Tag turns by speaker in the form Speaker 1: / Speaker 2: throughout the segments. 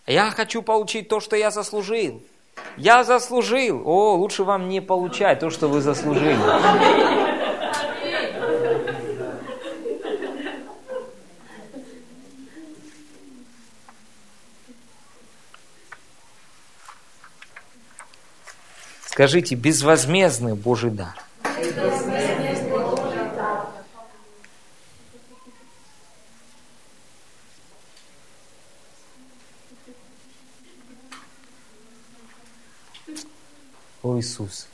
Speaker 1: Я хочу получить то, что я заслужил. Я заслужил. О, лучше вам не получать то, что вы заслужили. Скажите, безвозмездный Божий дар. О, Иисус,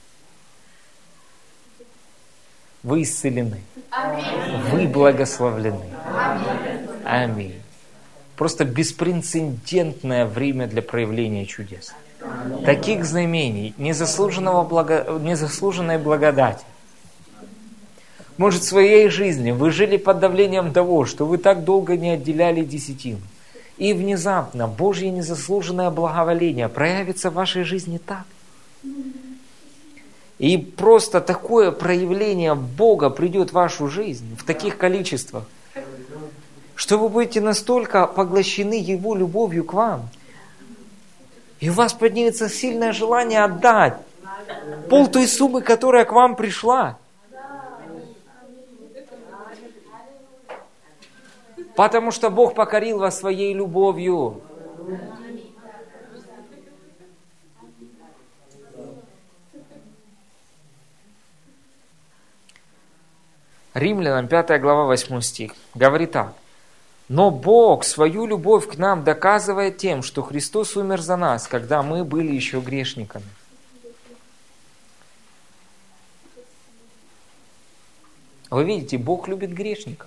Speaker 1: вы исцелены, вы благословлены. Аминь. Просто беспрецедентное время для проявления чудес. Таких знамений, незаслуженной благодати. Может, в своей жизни вы жили под давлением того, что вы так долго не отделяли десятину. И внезапно Божье незаслуженное благоволение проявится в вашей жизни так. И просто такое проявление Бога придет в вашу жизнь в таких количествах, что вы будете настолько поглощены Его любовью к вам, и у вас поднимется сильное желание отдать пол той суммы, которая к вам пришла. Потому что Бог покорил вас своей любовью. Римлянам 5 глава 8 стих говорит так. Но Бог свою любовь к нам доказывает тем, что Христос умер за нас, когда мы были еще грешниками. Вы видите, Бог любит грешников.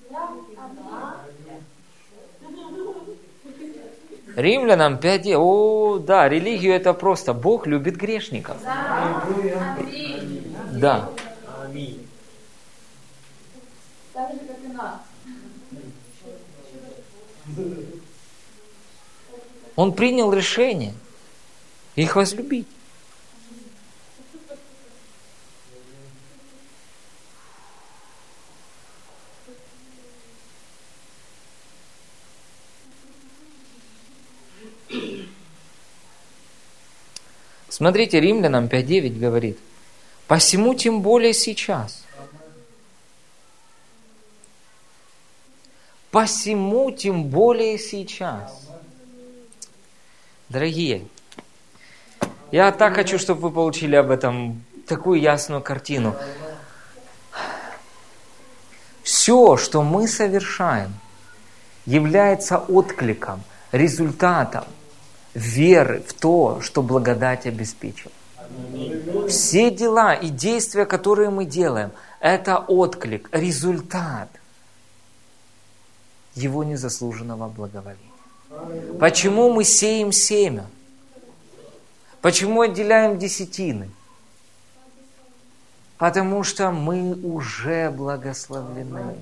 Speaker 1: Римлянам 5. О, да, религию это просто. Бог любит грешников. Да.
Speaker 2: Так же, как и нас.
Speaker 1: Он принял решение их возлюбить. Смотрите, Римлянам 5:9 говорит, посему тем более сейчас. Посему тем более сейчас. Дорогие, я так хочу, чтобы вы получили об этом такую ясную картину. Все, что мы совершаем, является откликом, результатом веры в то, что благодать обеспечила. Все дела и действия, которые мы делаем, это отклик, результат Его незаслуженного благоволения. Почему мы сеем семя? Почему отделяем десятины? Потому что мы уже благословлены.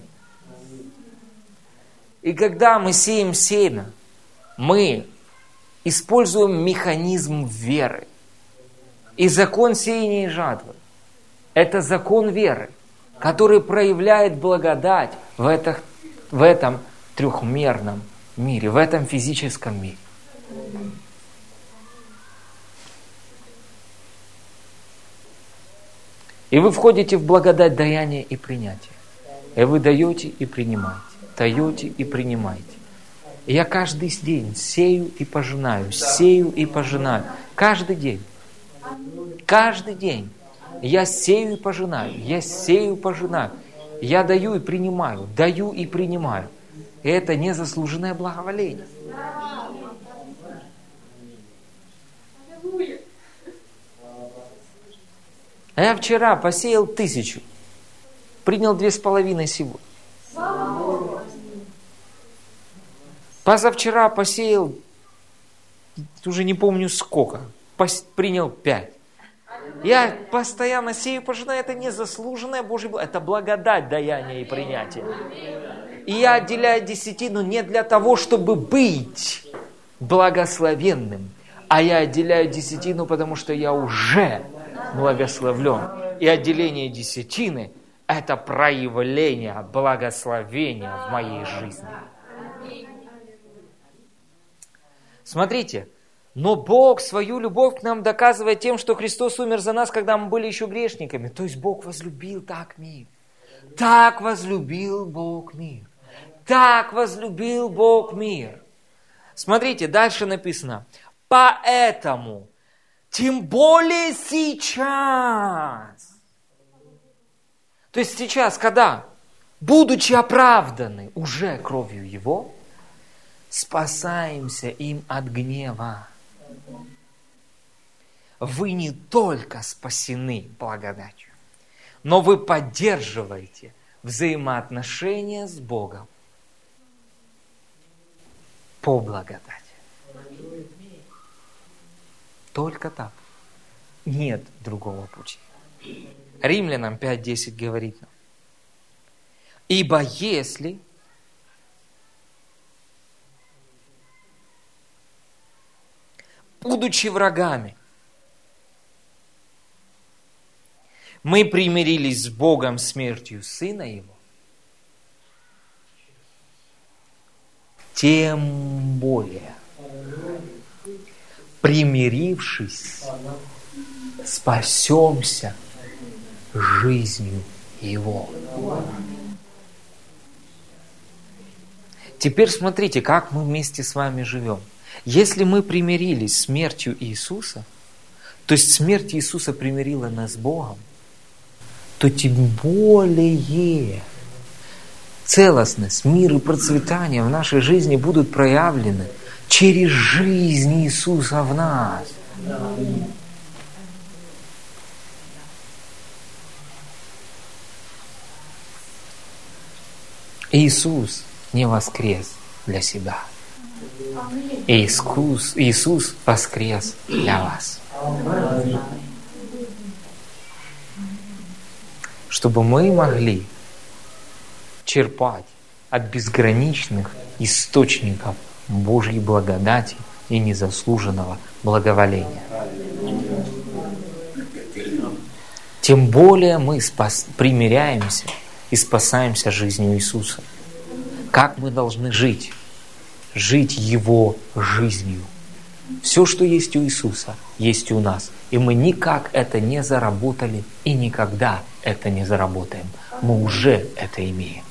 Speaker 1: И когда мы сеем семя, мы используем механизм веры. И закон сеяния и жатвы – это закон веры, который проявляет благодать в этом трехмерном мире, в этом физическом мире. И вы входите в благодать даяния и принятия. И вы даете и принимаете, даете и принимаете. И я каждый день сею и пожинаю, сею и пожинаю. Каждый день. Каждый день. Я сею и пожинаю, я сею и пожинаю. Я даю и принимаю, даю и принимаю. И это незаслуженное благоволение. А я вчера посеял 1000, принял 2,5 сегодня. Позавчера посеял, уже не помню сколько, принял 5. Я постоянно сею, пожинаю, это незаслуженное Божье благо, это благодать даяния и принятия. И я отделяю десятину не для того, чтобы быть благословенным, а я отделяю десятину, потому что я уже благословлен. И отделение десятины – это проявление благословения в моей жизни. Смотрите, но Бог свою любовь к нам доказывает тем, что Христос умер за нас, когда мы были еще грешниками. То есть Бог возлюбил так мир. Так возлюбил Бог мир. Так возлюбил Бог мир. Смотрите, дальше написано. Поэтому, тем более сейчас. То есть сейчас, когда, будучи оправданы уже кровью Его, спасаемся им от гнева. Вы не только спасены благодатью, но вы поддерживаете взаимоотношения с Богом по благодати. Только так. Нет другого пути. Римлянам 5:10 говорит нам. Ибо если будучи врагами, мы примирились с Богом смертью Сына Его, тем более, примирившись, спасемся жизнью Его. Теперь смотрите, как мы вместе с вами живем. Если мы примирились с смертью Иисуса, то есть смерть Иисуса примирила нас с Богом, то тем более целостность, мир и процветание в нашей жизни будут проявлены через жизнь Иисуса в нас. Иисус не воскрес для себя. Иисус воскрес для вас. Чтобы мы могли черпать от безграничных источников Божьей благодати и незаслуженного благоволения. Тем более мы примиряемся и спасаемся жизнью Иисуса. Как мы должны жить? Жить Его жизнью. Все, что есть у Иисуса, есть и у нас. И мы никак это не заработали и никогда это не заработаем. Мы уже это имеем.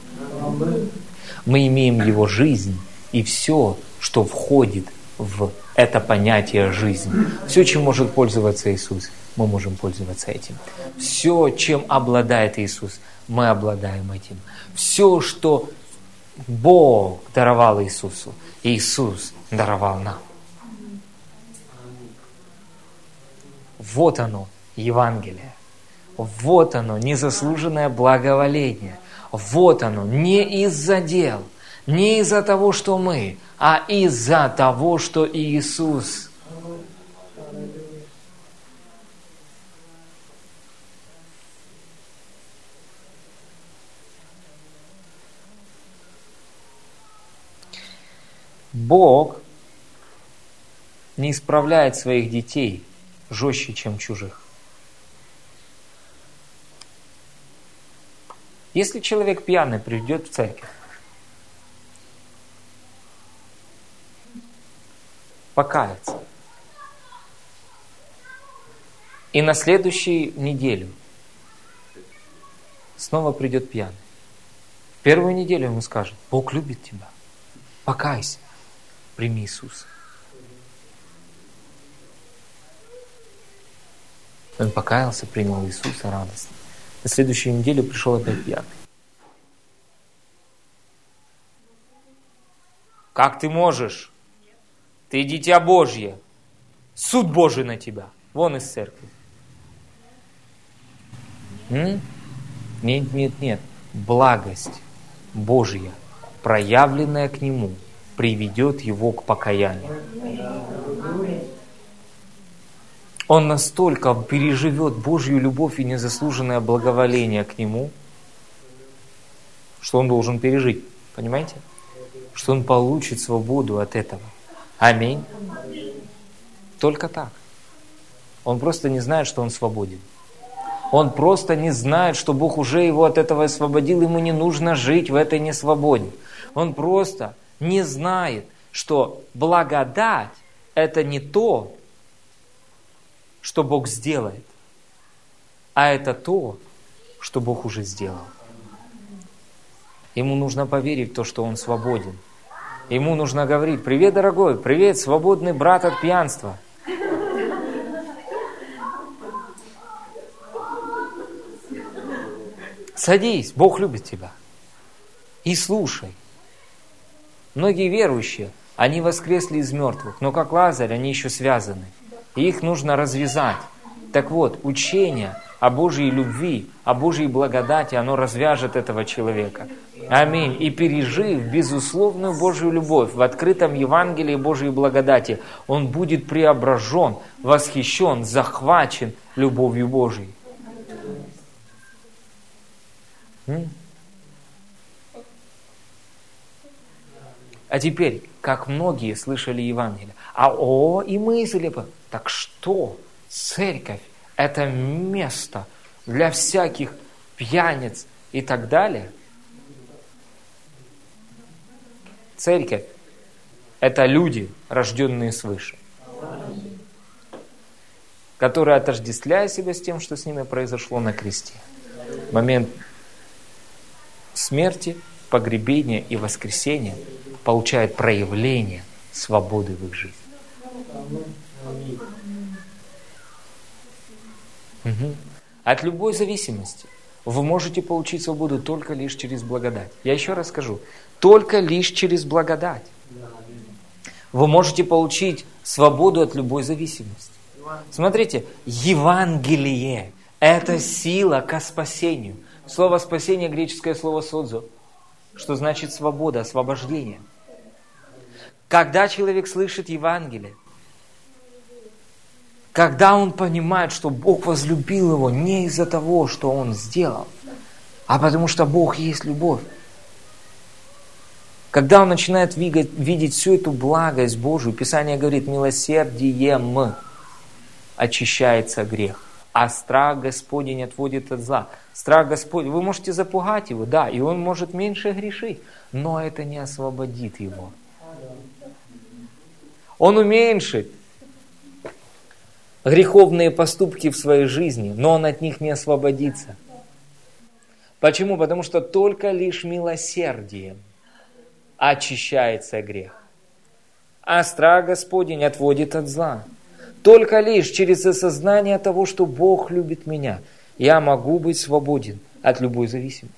Speaker 1: Мы имеем Его жизнь и все, что входит в это понятие жизни. Все, чем может пользоваться Иисус, мы можем пользоваться этим. Все, чем обладает Иисус, мы обладаем этим. Все, что Бог даровал Иисусу, Иисус даровал нам. Вот оно, Евангелие. Вот оно, незаслуженное благоволение. Вот оно, не из-за дел, не из-за того, что мы, а из-за того, что Иисус. Бог не исправляет своих детей жестче, чем чужих. Если человек пьяный придет в церковь, покаяться, и на следующую неделю снова придет пьяный, в первую неделю ему скажет: Бог любит тебя, покайся, прими Иисуса. Он покаялся, принял Иисуса радостно. На следующую неделю пришел опять пьяный. Как ты можешь? Ты дитя Божье. Суд Божий на тебя. Вон из церкви. Нет. Благость Божья, проявленная к нему, приведет его к покаянию. Он настолько переживет Божью любовь и незаслуженное благоволение к нему, что он должен пережить. Понимаете? Что он получит свободу от этого. Аминь. Только так. Он просто не знает, что он свободен. Он просто не знает, что Бог уже его от этого освободил, ему не нужно жить в этой несвободе. Он просто не знает, что благодать – это не то, что Бог сделает, а это то, что Бог уже сделал. Ему нужно поверить в то, что он свободен. Ему нужно говорить: привет, дорогой, привет, свободный брат от пьянства. Садись, Бог любит тебя. И слушай. Многие верующие, они воскресли из мертвых, но как Лазарь, они еще связаны. И их нужно развязать. Так вот, учение о Божьей любви, о Божьей благодати, оно развяжет этого человека. Аминь. И пережив безусловную Божью любовь в открытом Евангелии Божьей благодати, он будет преображен, восхищен, захвачен любовью Божьей. А теперь, как многие слышали Евангелие, и мысли бы, так что церковь – это место для всяких пьяниц и так далее? Церковь – это люди, рожденные свыше, которые, отождествляя себя с тем, что с ними произошло на кресте, в момент смерти, погребения и воскресения, получают проявление свободы в их жизни. От любой зависимости вы можете получить свободу только лишь через благодать. Я еще раз скажу, только лишь через благодать вы можете получить свободу от любой зависимости. Смотрите, Евангелие – это сила ко спасению. Слово «спасение» – греческое слово «содзо», что значит свобода, освобождение. Когда человек слышит Евангелие, когда он понимает, что Бог возлюбил его не из-за того, что он сделал, а потому что Бог есть любовь. Когда он начинает видеть всю эту благость Божию, Писание говорит, милосердием очищается грех, а страх Господень отводит от зла. Страх Господень, вы можете запугать его, да, и он может меньше грешить, но это не освободит его. Он уменьшит греховные поступки в своей жизни, но он от них не освободится. Почему? Потому что только лишь милосердием очищается грех, а страх Господень отводит от зла. Только лишь через осознание того, что Бог любит меня, я могу быть свободен от любой зависимости.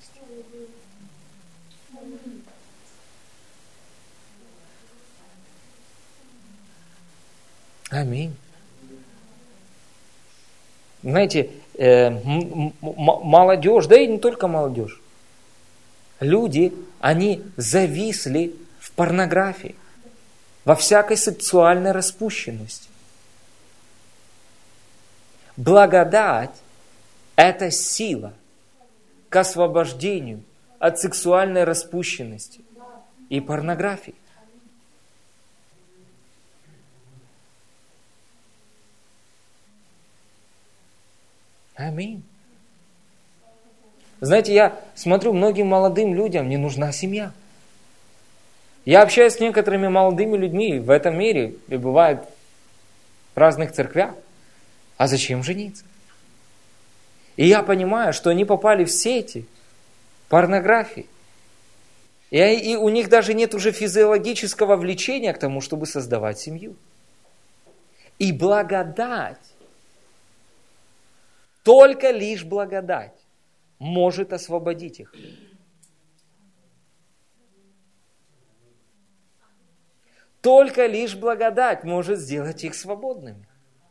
Speaker 1: Аминь. Знаете, молодежь, да и не только молодежь, люди, они зависли в порнографии, во всякой сексуальной распущенности. Благодать – это сила к освобождению от сексуальной распущенности и порнографии. Аминь. Знаете, я смотрю, многим молодым людям не нужна семья. Я общаюсь с некоторыми молодыми людьми в этом мире, и бывает в разных церквях. А зачем жениться? И я понимаю, что они попали в сети порнографии. И у них даже нет уже физиологического влечения к тому, чтобы создавать семью. И благодать, только лишь благодать может освободить их. Только лишь благодать может сделать их свободными.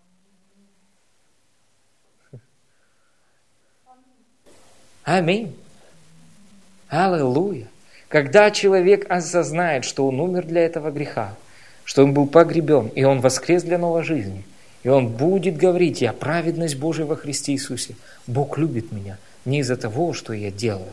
Speaker 1: Аминь. Аллилуйя. Когда человек осознает, что он умер для этого греха, что он был погребен, и он воскрес для новой жизни, и он будет говорить: я праведность Божия во Христе Иисусе. Бог любит меня не из-за того, что я делаю,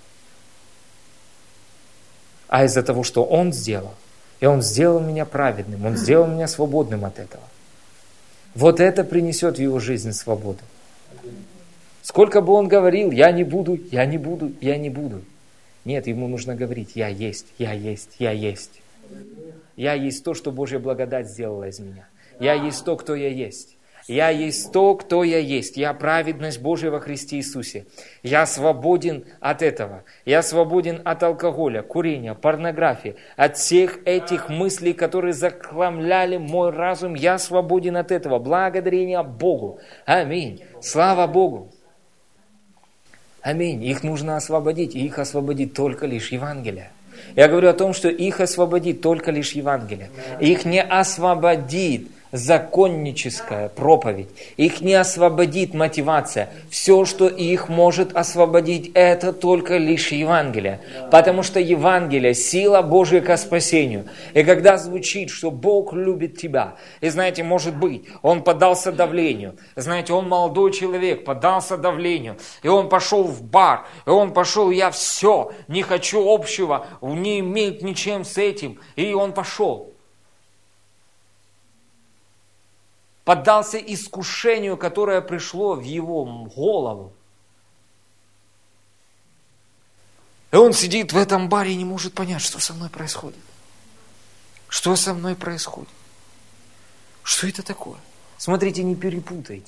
Speaker 1: а из-за того, что Он сделал. И Он сделал меня праведным, Он сделал меня свободным от этого. Вот это принесет в его жизнь свободу. Сколько бы он говорил: я не буду, я не буду, я не буду. Нет, ему нужно говорить: я есть, я есть, я есть. Я есть то, что Божья благодать сделала из меня. Я есть то, кто я есть. Я есть то, кто я есть. Я праведность Божия во Христе Иисусе. Я свободен от этого. Я свободен от алкоголя, курения, порнографии, от всех этих мыслей, которые захламляли мой разум. Я свободен от этого. Благодарение Богу. Аминь. Слава Богу. Аминь. Их нужно освободить, и их освободит только лишь Евангелие. Я говорю о том, что их освободит только лишь Евангелие. Их не освободит законническая проповедь. Их не освободит мотивация. Все, что их может освободить, это только лишь Евангелие. Потому что Евангелие – сила Божия ко спасению. И когда звучит, что Бог любит тебя, и знаете, может быть, он поддался давлению. Знаете, он молодой человек, поддался давлению. И он пошел в бар. И он пошел, я все, не хочу общего, не имеет ничем с этим. И он пошел. Поддался искушению, которое пришло в его голову. И он сидит в этом баре и не может понять, что со мной происходит. Что со мной происходит? Что это такое? Смотрите, не перепутайте.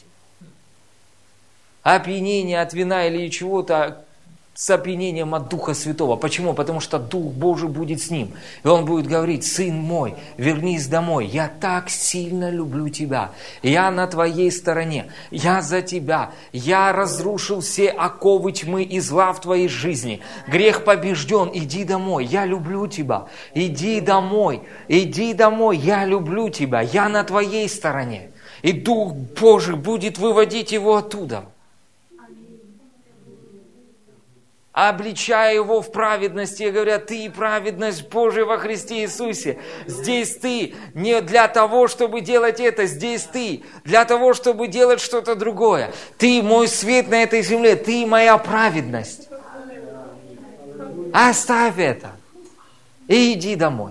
Speaker 1: Опьянение от вина или чего-то с опьянением от Духа Святого. Почему? Потому что Дух Божий будет с ним. И он будет говорить: сын мой, вернись домой. Я так сильно люблю тебя. Я на твоей стороне. Я за тебя. Я разрушил все оковы тьмы и зла в твоей жизни. Грех побежден. Иди домой. Я люблю тебя. Иди домой. Иди домой. Я люблю тебя. Я на твоей стороне. И Дух Божий будет выводить его оттуда, обличая его в праведности, и говоря: ты праведность Божия во Христе Иисусе. Здесь ты не для того, чтобы делать это, здесь ты для того, чтобы делать что-то другое. Ты мой свет на этой земле, ты моя праведность. Оставь это и иди домой.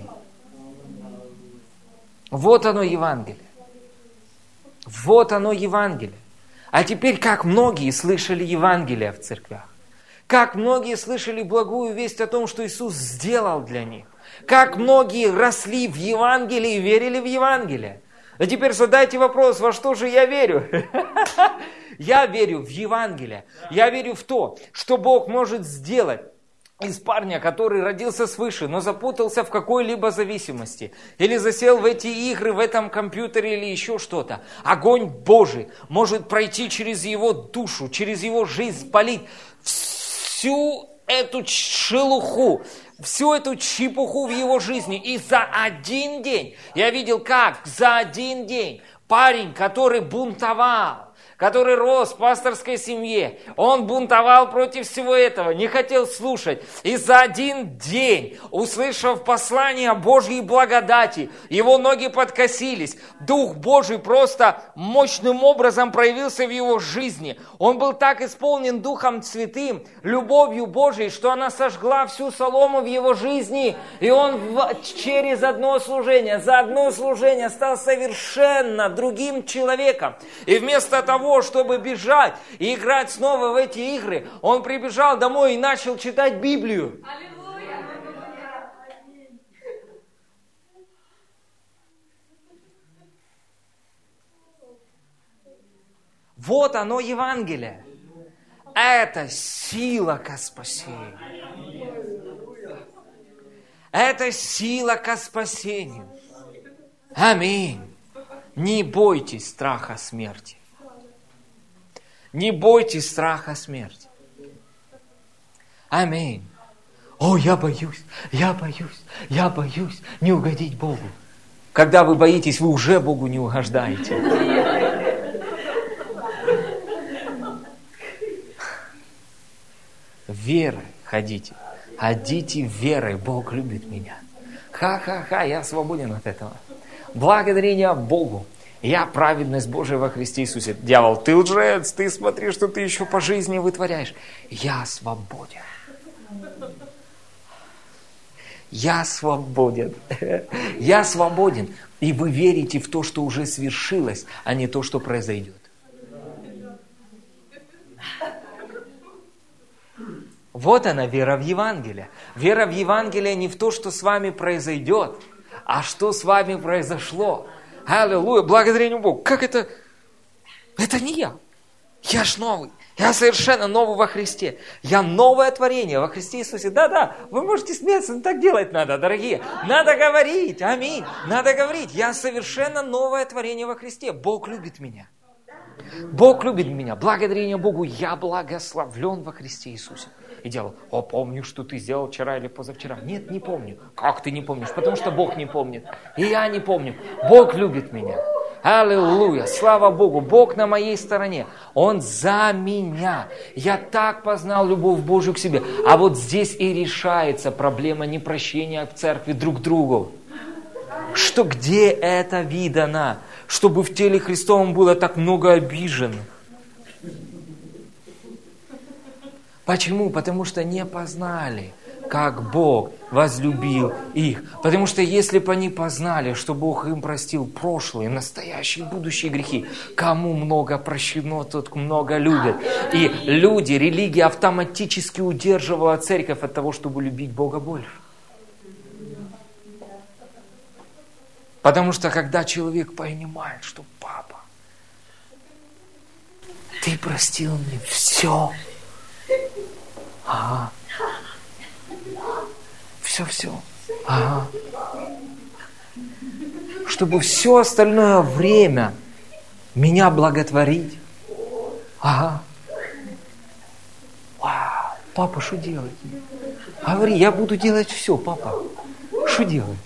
Speaker 1: Вот оно Евангелие. Вот оно Евангелие. А теперь, как многие слышали Евангелие в церквях. Как многие слышали благую весть о том, что Иисус сделал для них. Как многие росли в Евангелии и верили в Евангелие. А теперь задайте вопрос: во что же я верю? Я верю в Евангелие. Я верю в то, что Бог может сделать из парня, который родился свыше, но запутался в какой-либо зависимости, или засел в эти игры, в этом компьютере или еще что-то. Огонь Божий может пройти через его душу, через его жизнь, спалить всю эту шелуху, всю эту чепуху в его жизни. И за один день, я видел, как за один день парень, который бунтовал, который рос в пасторской семье, он бунтовал против всего этого, не хотел слушать. И за один день, услышав послание Божьей благодати, его ноги подкосились. Дух Божий просто мощным образом проявился в его жизни. Он был так исполнен Духом Святым, любовью Божией, что она сожгла всю солому в его жизни. И он через одно служение, за одно служение стал совершенно другим человеком. И вместо того, чтобы бежать и играть снова в эти игры, он прибежал домой и начал читать Библию. Вот оно Евангелие. Это сила ко спасению. Это сила ко спасению. Аминь. Не бойтесь страха смерти. Не бойтесь страха смерти. Аминь. О, я боюсь не угодить Богу. Когда вы боитесь, вы уже Богу не угождаете. Верой ходите. Ходите верой, Бог любит меня. Ха-ха-ха, я свободен от этого. Благодарение Богу. Я праведность Божия во Христе Иисусе. Дьявол, ты лжец, ты смотри, что ты еще по жизни вытворяешь. Я свободен. Я свободен. Я свободен. И вы верите в то, что уже свершилось, а не то, что произойдет. Вот она, вера в Евангелие. Вера в Евангелие не в то, что с вами произойдет, А что с вами произошло? Аллилуйя, благодарение Богу. Как это? Это не я. Я ж новый. Я совершенно новый во Христе. Я новое творение во Христе Иисусе. Да, вы можете смеяться, но так делать надо, дорогие. Надо говорить, аминь. Надо говорить, я совершенно новое творение во Христе. Бог любит меня. Бог любит меня. Благодарение Богу, я благословлен во Христе Иисусе. И делал, помню, что ты сделал вчера или позавчера. Нет, не помню. Как ты не помнишь? Потому что Бог не помнит. И я не помню. Бог любит меня. Аллилуйя, слава Богу, Бог на моей стороне, Он за меня. Я так познал любовь Божию к себе. А вот здесь и решается проблема непрощения в церкви друг другу. Что где это видано, чтобы в теле Христовом было так много обиженных? Почему? Потому что не познали, как Бог возлюбил их. Потому что если бы они познали, что Бог им простил прошлые, настоящие, будущие грехи, кому много прощено, тот много любит. И люди, религия автоматически удерживала церковь от того, чтобы любить Бога больше. Потому что когда человек понимает, что папа, ты простил мне все. Ага. Все. Ага. Чтобы все остальное время меня благотворить. Ага. Вау. Папа, что делать? Говори, я буду делать все, папа. Что делать?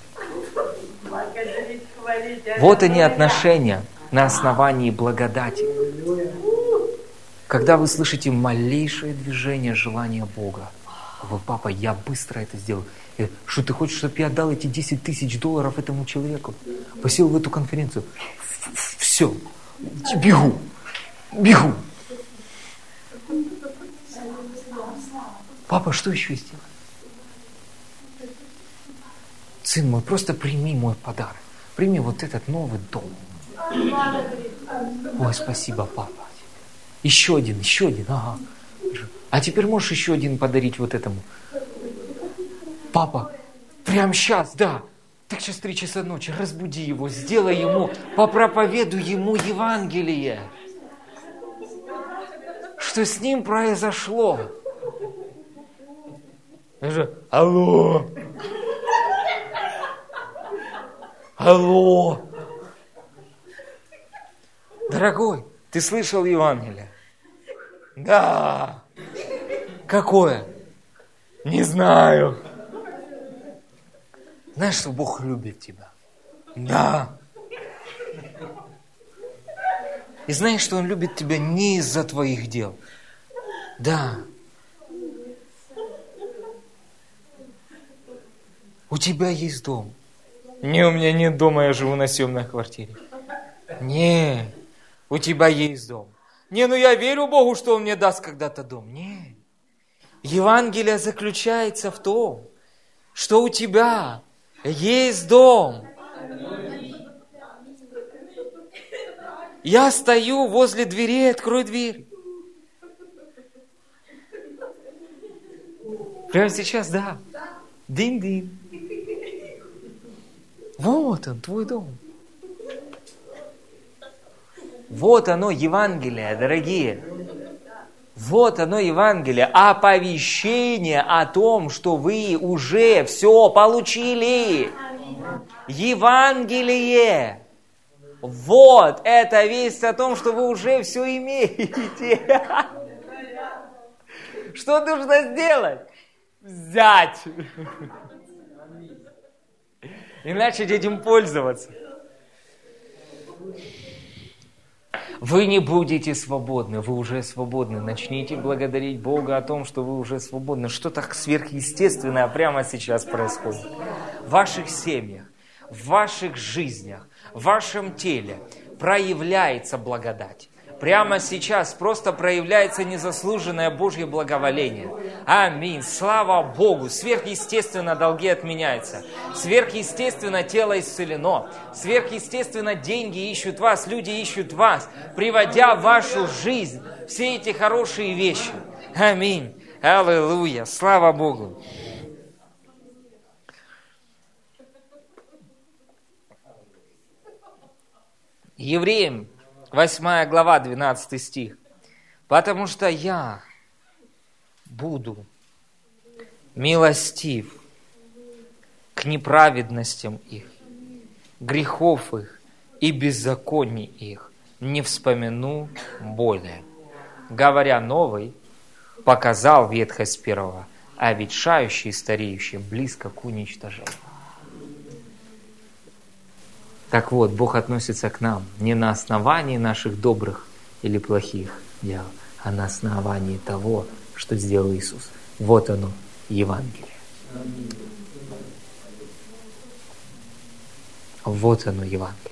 Speaker 1: Вот они отношения на основании благодати. Когда вы слышите малейшее движение желания Бога, вы, папа, я быстро это сделал. Что ты хочешь, чтобы я отдал эти $10 000 этому человеку? Посел в эту конференцию. Все, бегу. Папа, что еще сделать? Сын мой, просто прими мой подарок. Прими вот этот новый дом. Ой, спасибо, папа. Еще один, ага. А теперь можешь еще один подарить вот этому? Папа, прямо сейчас, да. Так сейчас 3 часа ночи, разбуди его, сделай ему, попроповедуй ему Евангелие. Что с ним произошло? Алло. Дорогой, ты слышал Евангелие? Да. Какое? Не знаю. Знаешь, что Бог любит тебя? Да. И знаешь, что Он любит тебя не из-за твоих дел? Да. У тебя есть дом. Не, у меня нет дома, я живу на съемной квартире. Не, у тебя есть дом. Не, ну я верю Богу, что Он мне даст когда-то дом. Не. Евангелие заключается в том, что у тебя есть дом. Я стою возле дверей, открой дверь. Прямо сейчас, да. Дин-дин. Вот он, твой дом. Вот оно, Евангелие, дорогие. Вот оно, Евангелие. Оповещение о том, что вы уже все получили. Евангелие. Вот, это весть о том, что вы уже все имеете. Что нужно сделать? Взять. И начать этим пользоваться. Вы не будете свободны, вы уже свободны. Начните благодарить Бога о том, что вы уже свободны. Что-то сверхъестественное прямо сейчас происходит. В ваших семьях, в ваших жизнях, в вашем теле проявляется благодать. Прямо сейчас просто проявляется незаслуженное Божье благоволение. Аминь. Слава Богу. Сверхъестественно долги отменяются. Сверхъестественно тело исцелено. Сверхъестественно деньги ищут вас, люди ищут вас, приводя в вашу жизнь все эти хорошие вещи. Аминь. Аллилуйя. Слава Богу. Евреям, 8 глава, 12 стих. Потому что я буду милостив к неправедностям их, грехов их и беззаконий их не вспомяну более. Говоря новый, показал ветхость первого, а ветшающие и стареющие близко к уничтожению. Так вот, Бог относится к нам не на основании наших добрых или плохих дел, а на основании того, что сделал Иисус. Вот оно, Евангелие. Вот оно, Евангелие.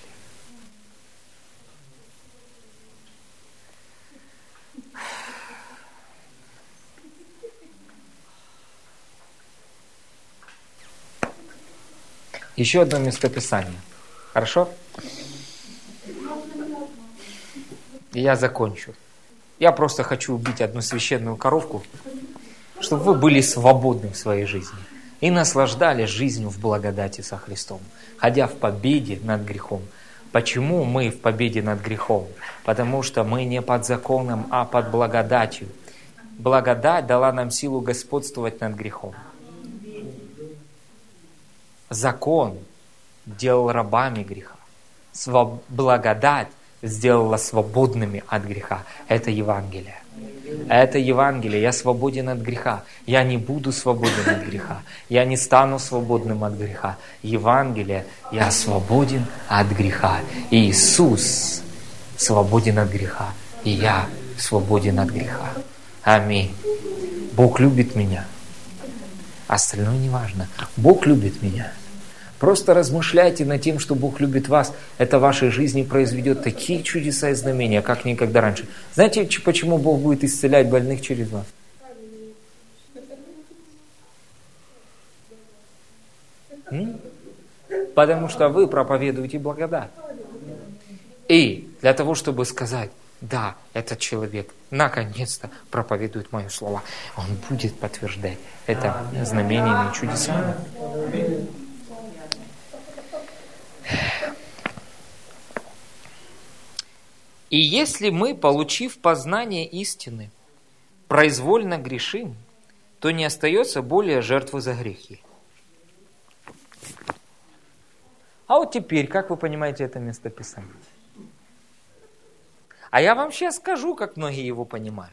Speaker 1: Еще одно местописание. Хорошо? И я закончу. Я просто хочу убить одну священную коровку, чтобы вы были свободны в своей жизни и наслаждались жизнью в благодати со Христом, ходя в победе над грехом. Почему мы в победе над грехом? Потому что мы не под законом, а под благодатью. Благодать дала нам силу господствовать над грехом. Закон делал рабами греха. Благодать сделала свободными от греха. Это Евангелие. Это Евангелие. Я свободен от греха. Я не буду свободен от греха. Я не стану свободным от греха. Евангелие. Я свободен от греха. И Иисус свободен от греха. И я свободен от греха. Аминь. Бог любит меня. Остальное не важно. Бог любит меня. Просто размышляйте над тем, что Бог любит вас. Это в вашей жизни произведет такие чудеса и знамения, как никогда раньше. Знаете, почему Бог будет исцелять больных через вас? Потому что вы проповедуете благодать. И для того, чтобы сказать, да, этот человек наконец-то проповедует мое слово, он будет подтверждать это знамениями и чудесами. И если мы, получив познание истины, произвольно грешим, то не остается более жертвы за грехи. А вот теперь, как вы понимаете это местописание? А я вам сейчас скажу, как многие его понимают.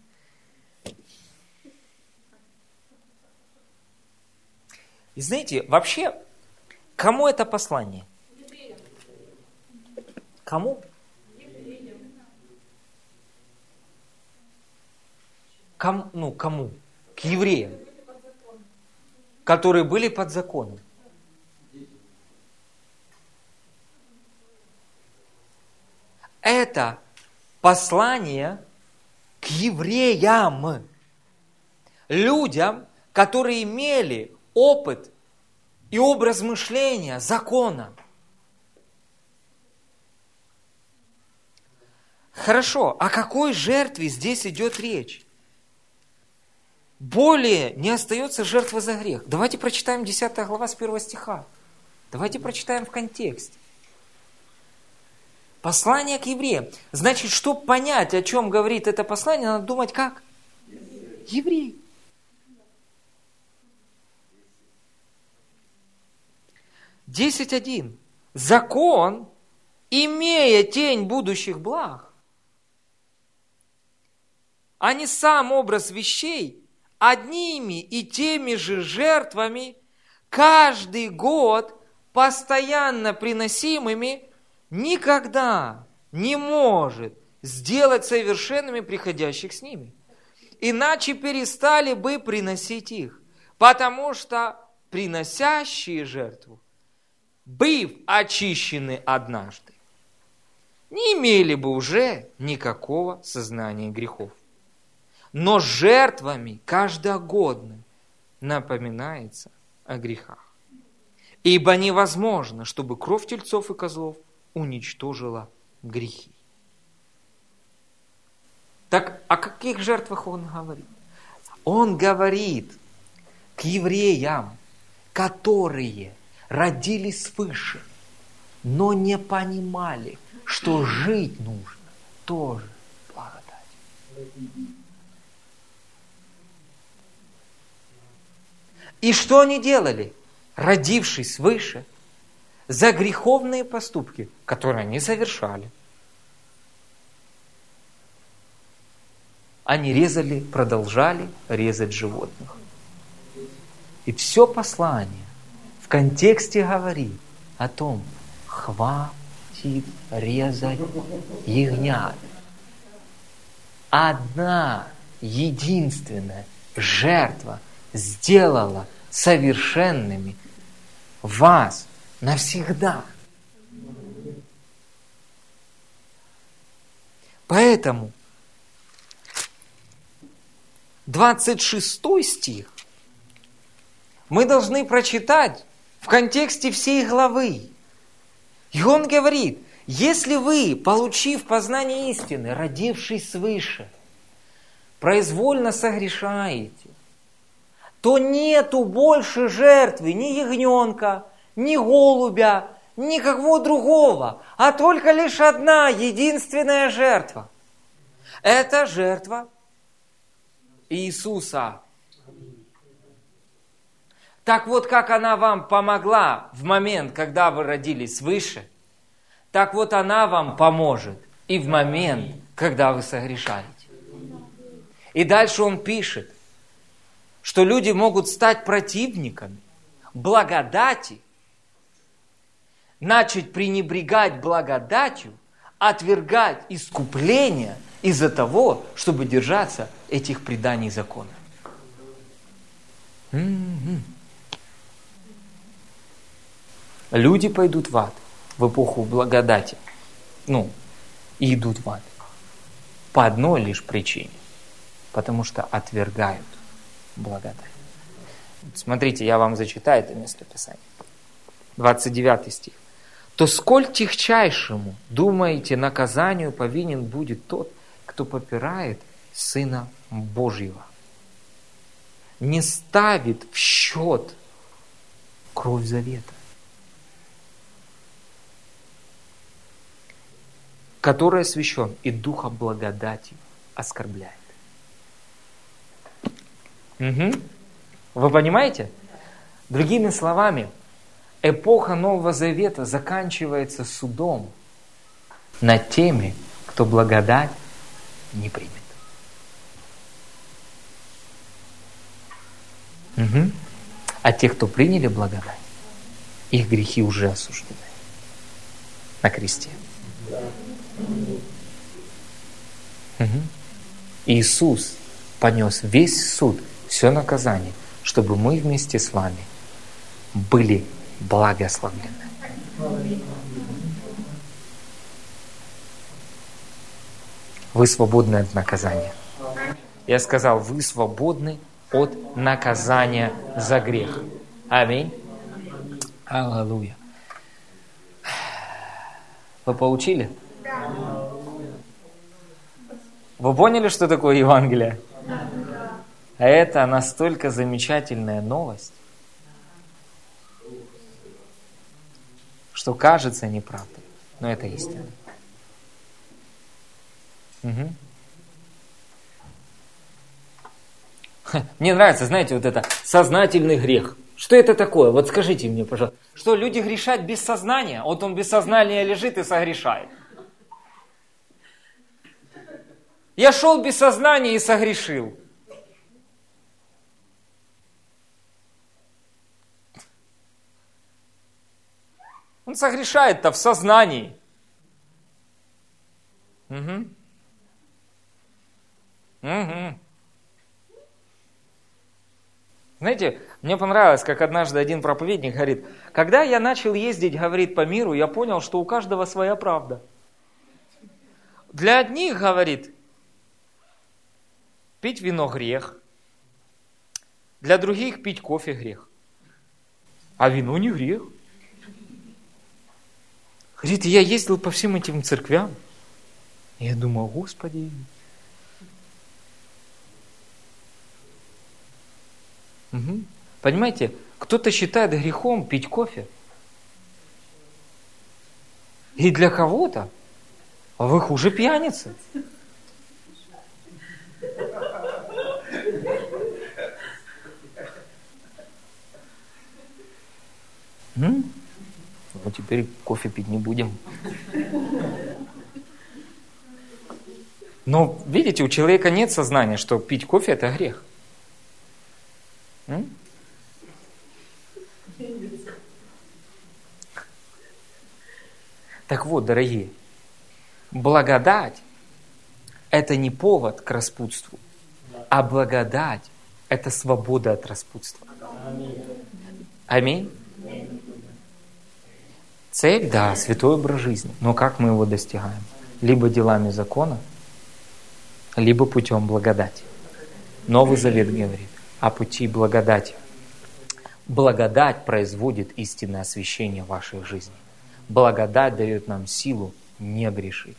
Speaker 1: И знаете, вообще, кому это послание? Кому? Кому? К евреям, которые были под законом. Это послание к евреям, людям, которые имели опыт и образ мышления закона. Хорошо, о какой жертве здесь идет речь? Более не остается жертва за грех. Давайте прочитаем 10 глава с 1 стиха. Давайте прочитаем в контексте. Послание к евреям. Значит, чтобы понять, о чем говорит это послание, надо думать как? Еврей. Десять 1. Закон, имея тень будущих благ, а не сам образ вещей, одними и теми же жертвами, каждый год постоянно приносимыми, никогда не может сделать совершенными приходящих с ними. Иначе перестали бы приносить их, потому что приносящие жертву, быв очищены однажды, не имели бы уже никакого сознания грехов. Но жертвами каждогодно напоминается о грехах. Ибо невозможно, чтобы кровь тельцов и козлов уничтожила грехи. Так о каких жертвах он говорит? Он говорит к евреям, которые родились свыше, но не понимали, что жить нужно тоже благодать. И что они делали? Родившись свыше, за греховные поступки, которые они совершали, они продолжали резать животных. И все послание в контексте говорит о том, хватит резать ягнят. Одна единственная жертва сделала совершенными вас навсегда. Поэтому 26 стих мы должны прочитать в контексте всей главы. И он говорит, если вы, получив познание истины, родившись свыше, произвольно согрешаете, то нету больше жертвы ни ягненка, ни голубя, никакого другого, а только лишь одна единственная жертва. Это жертва Иисуса. Так вот, как она вам помогла в момент, когда вы родились свыше, так вот она вам поможет и в момент, когда вы согрешаете. И дальше он пишет, что люди могут стать противниками благодати, начать пренебрегать благодатью, отвергать искупление из-за того, чтобы держаться этих преданий закона. Люди пойдут в ад в эпоху благодати. И идут в ад. По одной лишь причине. Потому что отвергают благодать. Смотрите, я вам зачитаю это место Писания. 29 стих. «То сколь тягчайшему, думаете, наказанию повинен будет тот, кто попирает Сына Божьего, не ставит в счет кровь завета, который освящен и Духа благодатью оскорбляет». Вы понимаете? Другими словами, эпоха Нового Завета заканчивается судом над теми, кто благодать не примет. А те, кто приняли благодать, их грехи уже осуждены на кресте. Иисус понес весь суд, все наказание, чтобы мы вместе с вами были благословлены. Вы свободны от наказания. Я сказал, вы свободны от наказания за грех. Аминь. Аллилуйя. Вы получили? Вы поняли, что такое Евангелие? А это настолько замечательная новость, что кажется неправдой, но это истина. Мне нравится, знаете, вот это сознательный грех. Что это такое? Вот скажите мне, пожалуйста. Что, люди грешат без сознания? Вот он без сознания лежит и согрешает. Я шел без сознания и согрешил. Он согрешает-то в сознании. Знаете, мне понравилось, как однажды один проповедник говорит, когда я начал ездить, говорит, по миру, я понял, что у каждого своя правда. Для одних, говорит, пить вино грех, для других пить кофе грех, а вино не грех. Говорит, я ездил по всем этим церквям, и я думал, Господи. Понимаете, кто-то считает грехом пить кофе. И для кого-то А вы хуже пьяницы. Ну, теперь кофе пить не будем. Но, видите, у человека нет сознания, что пить кофе – это грех. Так вот, дорогие, благодать – это не повод к распутству, а благодать – это свобода от распутства. Аминь. Цель, да, святой образ жизни. Но как мы его достигаем? Либо делами закона, либо путем благодати. Новый Завет говорит о пути благодати. Благодать производит истинное освящение вашей жизни. Благодать дает нам силу не грешить.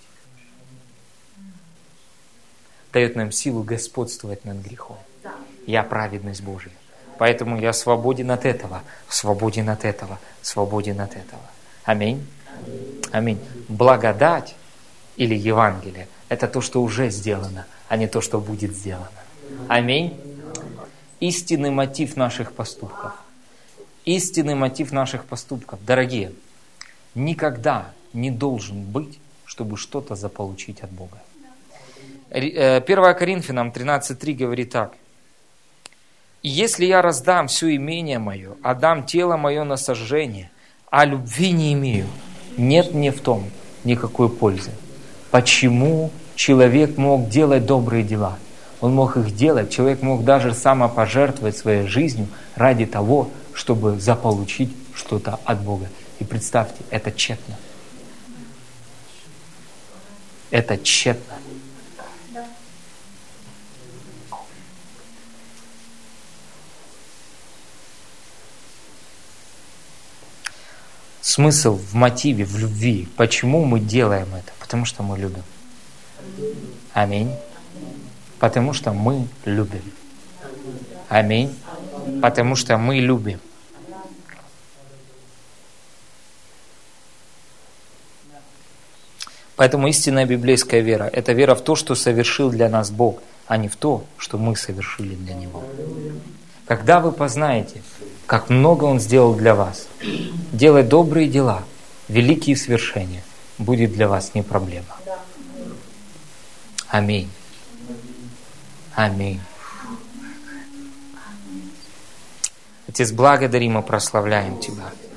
Speaker 1: Дает нам силу господствовать над грехом. Я праведность Божия. Поэтому я свободен от этого, свободен от этого, свободен от этого. Аминь. Аминь. Благодать или Евангелие – это то, что уже сделано, а не то, что будет сделано. Аминь. Истинный мотив наших поступков. Истинный мотив наших поступков. Дорогие, никогда не должен быть, чтобы что-то заполучить от Бога. 1 Коринфянам 13:3 говорит так. «Если я раздам все имение мое, отдам тело мое на сожжение, а любви не имею, нет мне в том никакой пользы». Почему человек мог делать добрые дела? Он мог их делать, человек мог даже самопожертвовать своей жизнью ради того, чтобы заполучить что-то от Бога. И представьте, это тщетно. Это тщетно. Смысл в мотиве, в любви. Почему мы делаем это? Потому что мы любим. Аминь. Потому что мы любим. Аминь. Потому что мы любим. Поэтому истинная библейская вера – это вера в то, что совершил для нас Бог, а не в то, что мы совершили для Него. Когда вы познаете, как много Он сделал для вас, делать добрые дела, великие свершения, будет для вас не проблема. Аминь. Аминь. Отец, благодарим и прославляем Тебя.